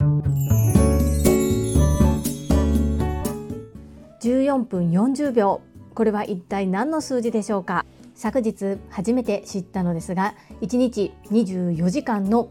14分40秒、これは一体何の数字でしょうか。昨日初めて知ったのですが、1日24時間の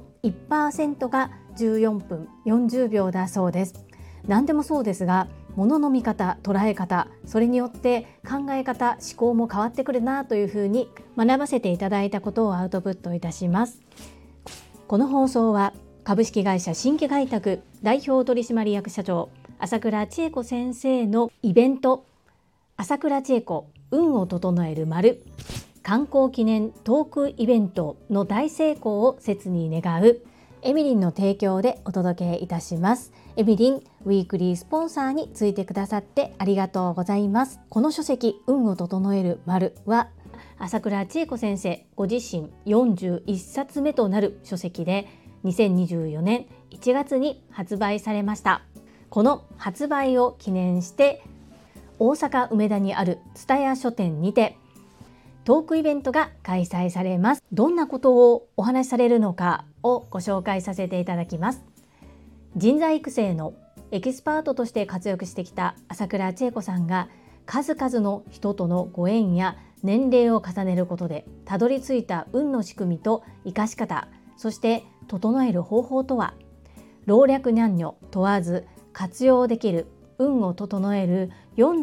1% が14分40秒だそうです。何でもそうですが、物の見方、捉え方、それによって考え方、思考も変わってくるなというふうに学ばせていただいたことをアウトプットいたします。この放送は株式会社新規開拓代表取締役社長朝倉千恵子先生のイベント、朝倉千恵子運を整える丸観光記念トークイベントの大成功を切に願うエミリンの提供でお届けいたします。エミリンウィークリースポンサーについてくださってありがとうございます。この書籍運を整える丸は朝倉千恵子先生ご自身41冊目となる書籍で2024年1月に発売されました。この発売を記念して大阪梅田にある蔦屋書店にてトークイベントが開催されます。どんなことをお話しされるのかをご紹介させていただきます。人材育成のエキスパートとして活躍してきた朝倉千恵子さんが数々の人とのご縁や年齢を重ねることでたどり着いた運の仕組みと生かし方、そして整える方法とは、老若男女問わず活用できる運を整える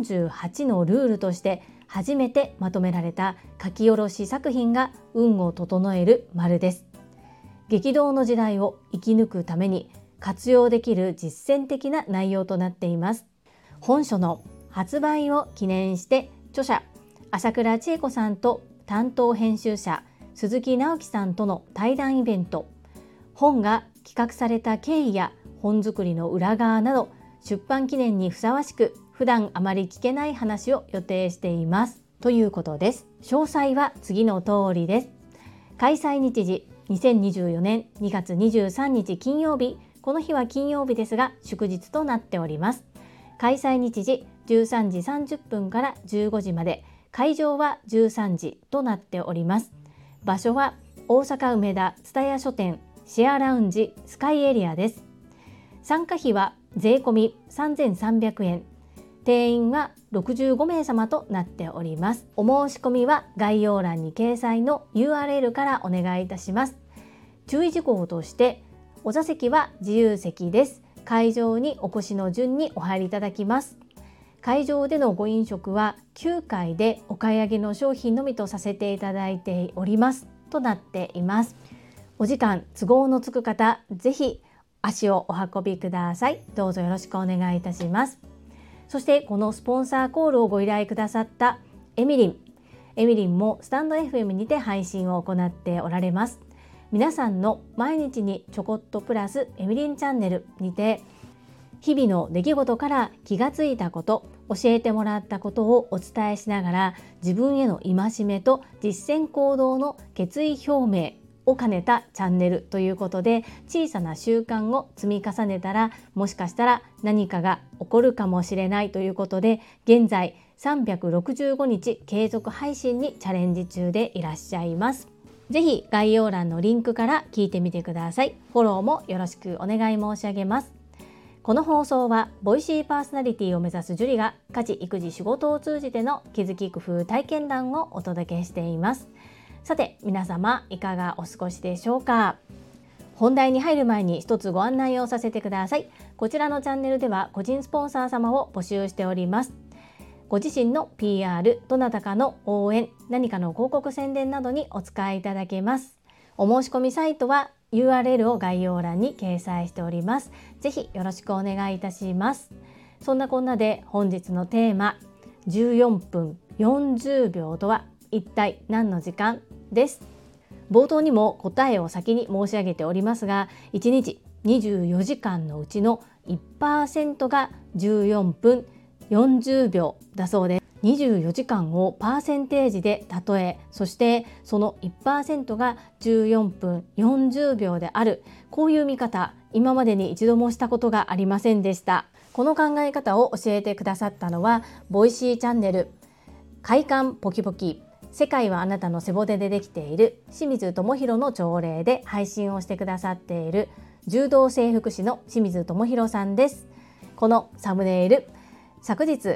48のルールとして初めてまとめられた書き下ろし作品が運を整える丸です。激動の時代を生き抜くために活用できる実践的な内容となっています。本書の発売を記念して著者朝倉千恵子さんと担当編集者鈴木直樹さんとの対談イベント、本が企画された経緯や本作りの裏側など出版記念にふさわしく普段あまり聞けない話を予定していますということです。詳細は次の通りです。開催日時2024年2月23日金曜日、この日は金曜日ですが祝日となっております。開催日時13時30分から15時まで、会場は13時となっております。場所は大阪梅田蔦屋書店シェアラウンジスカイエリアです。参加費は税込み3300円、定員は65名様となっております。お申し込みは概要欄に掲載の URL からお願いいたします。注意事項としてお座席は自由席です。会場にお越しの順にお入りいただきます。会場でのご飲食は9回でお買い上げの商品のみとさせていただいておりますとなっています。お時間都合のつく方、ぜひ足をお運びください。どうぞよろしくお願いいたします。そしてこのスポンサーコールをご依頼くださったエミリンもスタンド FM にて配信を行っておられます。皆さんの毎日にちょこっとプラスエミリンチャンネルにて日々の出来事から気がついたこと、教えてもらったことをお伝えしながら、自分への戒めと実践行動の決意表明を兼ねたチャンネルということで、小さな習慣を積み重ねたらもしかしたら何かが起こるかもしれないということで、現在365日継続配信にチャレンジ中でいらっしゃいます。ぜひ概要欄のリンクから聞いてみてください。フォローもよろしくお願い申し上げます。この放送はボイシーパーソナリティを目指すジュリが家事育児仕事を通じての気づき工夫体験談をお届けしています。さて皆様いかがお過ごしでしょうか。本題に入る前に一つご案内をさせてください。こちらのチャンネルでは個人スポンサー様を募集しております。ご自身の PR、どなたかの応援、何かの広告宣伝などにお使いいただけます。お申し込みサイトはURL を概要欄に掲載しております。ぜひよろしくお願いいたします。そんなこんなで本日のテーマ、14分40秒とは一体何の時間です。冒頭にも答えを先に申し上げておりますが、1日24時間のうちの 1% が14分40秒だそうです。24時間をパーセンテージで例え、そしてその 1% が14分40秒である、こういう見方、今までに一度もしたことがありませんでした。この考え方を教えてくださったのは、ボイシーチャンネル快感ポキポキ、世界はあなたの背骨でできている清水智弘の朝礼で配信をしてくださっている柔道整復師の清水智博さんです。このサムネイル、昨日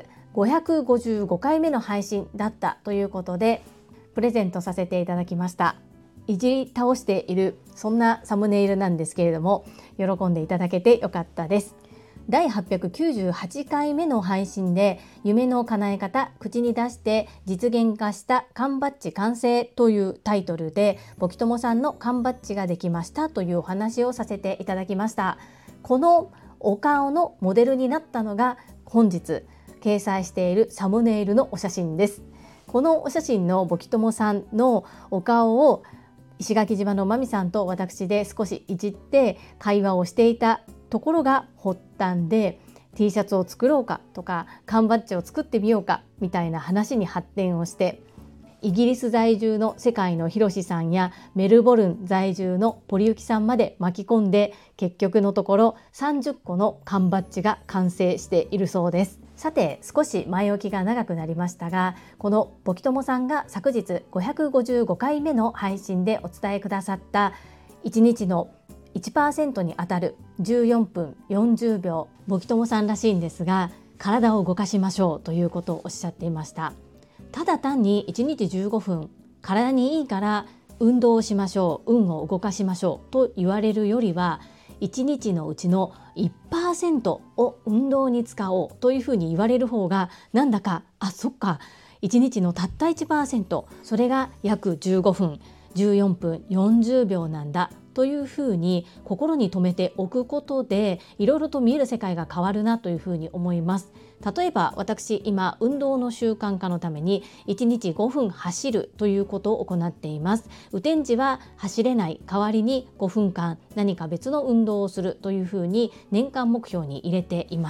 555回目の配信だったということでプレゼントさせていただきました。いじり倒しているそんなサムネイルなんですけれども、喜んでいただけてよかったです。第898回目の配信で夢の叶え方、口に出して実現化した缶バッジ完成というタイトルでボキトモさんの缶バッジができましたというお話をさせていただきました。このお顔のモデルになったのが本日掲載しているサムネイルのお写真です。このお写真のボキトモさんのお顔を石垣島のマミさんと私で少しいじって会話をしていたところが発端で、 T シャツを作ろうかとか缶バッジを作ってみようかみたいな話に発展をして、イギリス在住の世界のひろしさんやメルボルン在住のポリユキさんまで巻き込んで、結局のところ30個の缶バッジが完成しているそうです。さて、少し前置きが長くなりましたが、このボキトモさんが昨日555回目の配信でお伝えくださった1日の 1% にあたる14分40秒、ボキトモさんらしいんですが、体を動かしましょうということをおっしゃっていました。ただ単に1日15分体にいいから運動をしましょう、運を動かしましょうと言われるよりは、1日のうちの 1% を運動に使おうというふうに言われる方が、なんだかそっか、1日のたった 1%、 それが約15分14分40秒なんだというふうに心に留めておくことで、いろいろと見える世界が変わるなというふうに思います。例えば私、今運動の習慣化のために1日5分走るということを行っています。雨天時は走れない代わりに5分間何か別の運動をするというふうに年間目標に入れています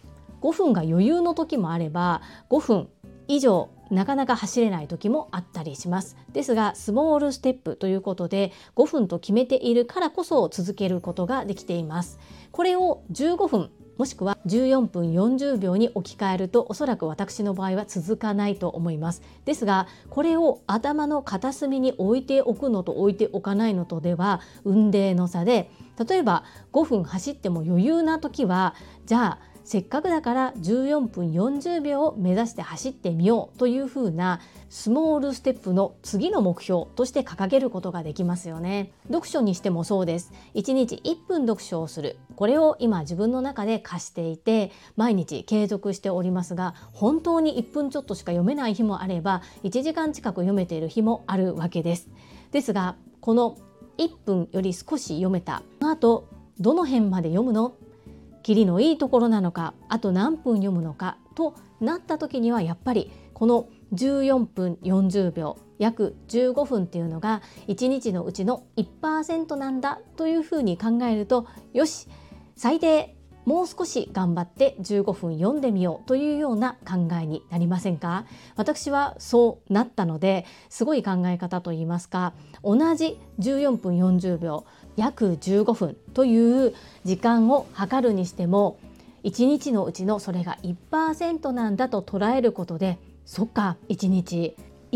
。5分が余裕の時もあれば、5分以上なかなか走れない時もあったりします。ですがスモールステップということで5分と決めているからこそ続けることができています。これを15分もしくは14分40秒に置き換えると、おそらく私の場合は続かないと思います。ですがこれを頭の片隅に置いておくのと置いておかないのとでは雲泥の差で、例えば5分走っても余裕な時は、じゃあせっかくだから14分40秒を目指して走ってみようというふうなスモールステップの次の目標として掲げることができますよね。読書にしてもそうです。1日1分読書をする、これを今自分の中で課していて毎日継続しておりますが、本当に1分ちょっとしか読めない日もあれば1時間近く読めている日もあるわけです。ですがこの1分より少し読めた、あとどの辺まで読むの、キリのいいところなのか、あと何分読むのかとなった時には、やっぱりこの14分40秒約15分っていうのが1日のうちの 1% なんだというふうに考えると、よし最低もう少し頑張って15分読んでみようというような考えになりませんか？私はそうなったので、すごい考え方といいますか、同じ14分40秒約15分という時間を測るにしても、1日のうちのそれが 1% なんだと捉えることで、そっか、1日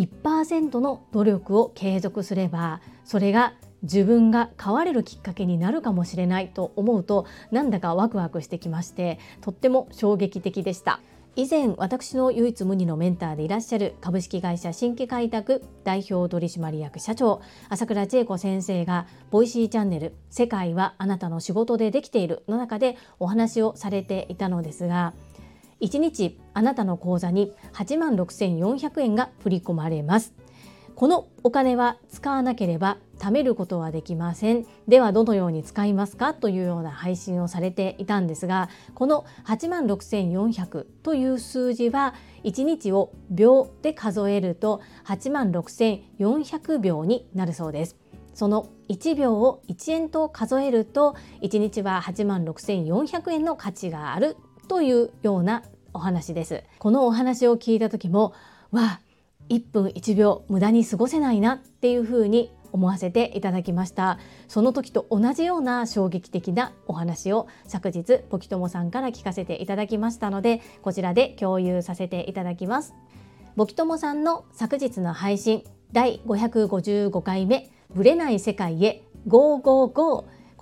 1% の努力を継続すればそれが自分が変われるきっかけになるかもしれないと思うと、なんだかワクワクしてきまして、とっても衝撃的でした。以前私の唯一無二のメンターでいらっしゃる株式会社新規開拓代表取締役社長朝倉千恵子先生がボイシーチャンネル世界はあなたの仕事でできているの中でお話をされていたのですが、1日あなたの口座に86,400円が振り込まれます。このお金は使わなければ貯めることはできません。ではどのように使いますかというような配信をされていたんですが、この86,400という数字は1日を秒で数えると86,400秒になるそうです。その1秒を1円と数えると1日は86,400円の価値があるというようなお話です。このお話を聞いた時も、1分1秒無駄に過ごせないなっていうふうに思わせていただきました。その時と同じような衝撃的なお話を昨日ボキトモさんから聞かせていただきましたので、こちらで共有させていただきます。ボキトモさんの昨日の配信第555回目ブレない世界へ GOGOGO、 こ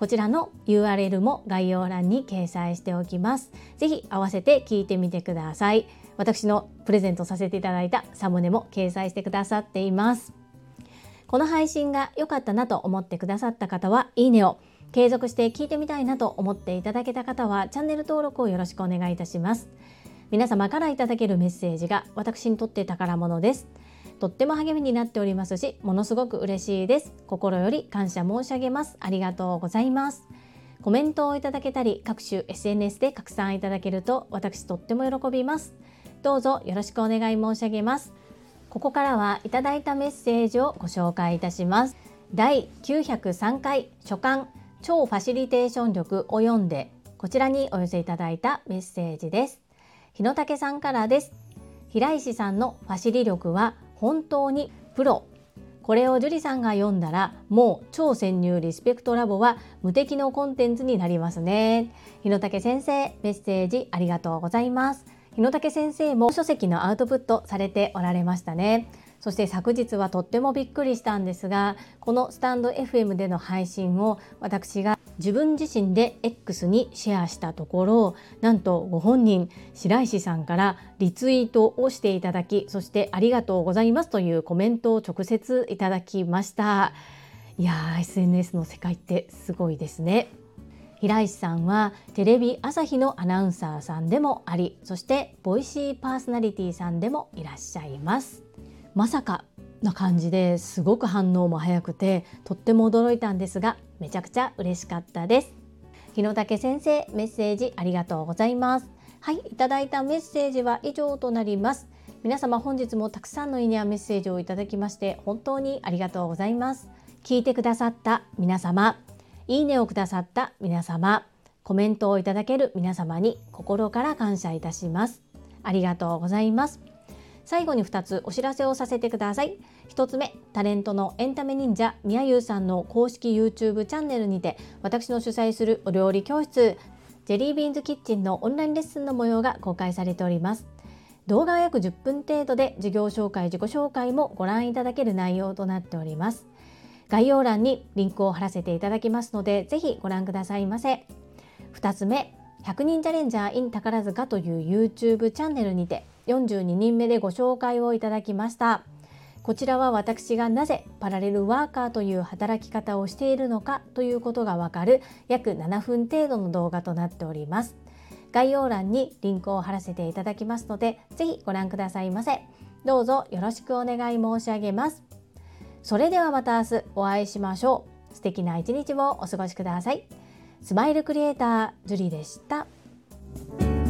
こちらの URL も概要欄に掲載しておきます。ぜひ合わせて聞いてみてください。私のプレゼントさせていただいたサムネも掲載してくださっています。この配信が良かったなと思ってくださった方はいいねを、継続して聞いてみたいなと思っていただけた方はチャンネル登録をよろしくお願いいたします。皆様からいただけるメッセージが私にとって宝物です。とっても励みになっておりますし、ものすごく嬉しいです。心より感謝申し上げます。ありがとうございます。コメントをいただけたり、各種 SNS で拡散いただけると私とっても喜びます。どうぞよろしくお願い申し上げます。ここからはいただいたメッセージをご紹介いたします。第903回初刊超ファシリテーション力を読んで、こちらにお寄せいただいたメッセージです。日野武さんからです。平石さんのファシリ力は本当にプロ。これを樹里さんが読んだら、もう超潜入リスペクトラボは無敵のコンテンツになりますね。日野武先生、メッセージありがとうございます。日野武先生も書籍のアウトプットされておられましたね。そして昨日はとってもびっくりしたんですが、このスタンド FM での配信を私が自分自身で X にシェアしたところ、なんとご本人白石さんからリツイートをしていただき、そしてありがとうございますというコメントを直接いただきました。いやー、 SNS の世界ってすごいですね。平石さんはテレビ朝日のアナウンサーさんでもあり、そしてボイシーパーソナリティさんでもいらっしゃいます。まさかな感じですごく反応も早くて、とっても驚いたんですが、めちゃくちゃ嬉しかったです。日野武先生、メッセージありがとうございます。はい、いただいたメッセージは以上となります。皆様本日もたくさんのいいねやメッセージをいただきまして本当にありがとうございます。聞いてくださった皆様、いいねをくださった皆様、コメントをいただける皆様に心から感謝いたします。ありがとうございます。最後に2つお知らせをさせてください。1つ目、タレントのエンタメ忍者みやゆうさんの公式 YouTube チャンネルにて、私の主催するお料理教室ジェリービーンズキッチンのオンラインレッスンの模様が公開されております。動画は約10分程度で、授業紹介、自己紹介もご覧いただける内容となっております。概要欄にリンクを貼らせていただきますので、ぜひご覧くださいませ。2つ目、100人チャレンジャー in 宝塚という YouTube チャンネルにて42人目でご紹介をいただきました。こちらは私がなぜパラレルワーカーという働き方をしているのかということがわかる約7分程度の動画となっております。概要欄にリンクを貼らせていただきますので、ぜひご覧くださいませ。どうぞよろしくお願い申し上げます。それではまた明日お会いしましょう。素敵な一日をお過ごしください。スマイルクリエイタージュリでした。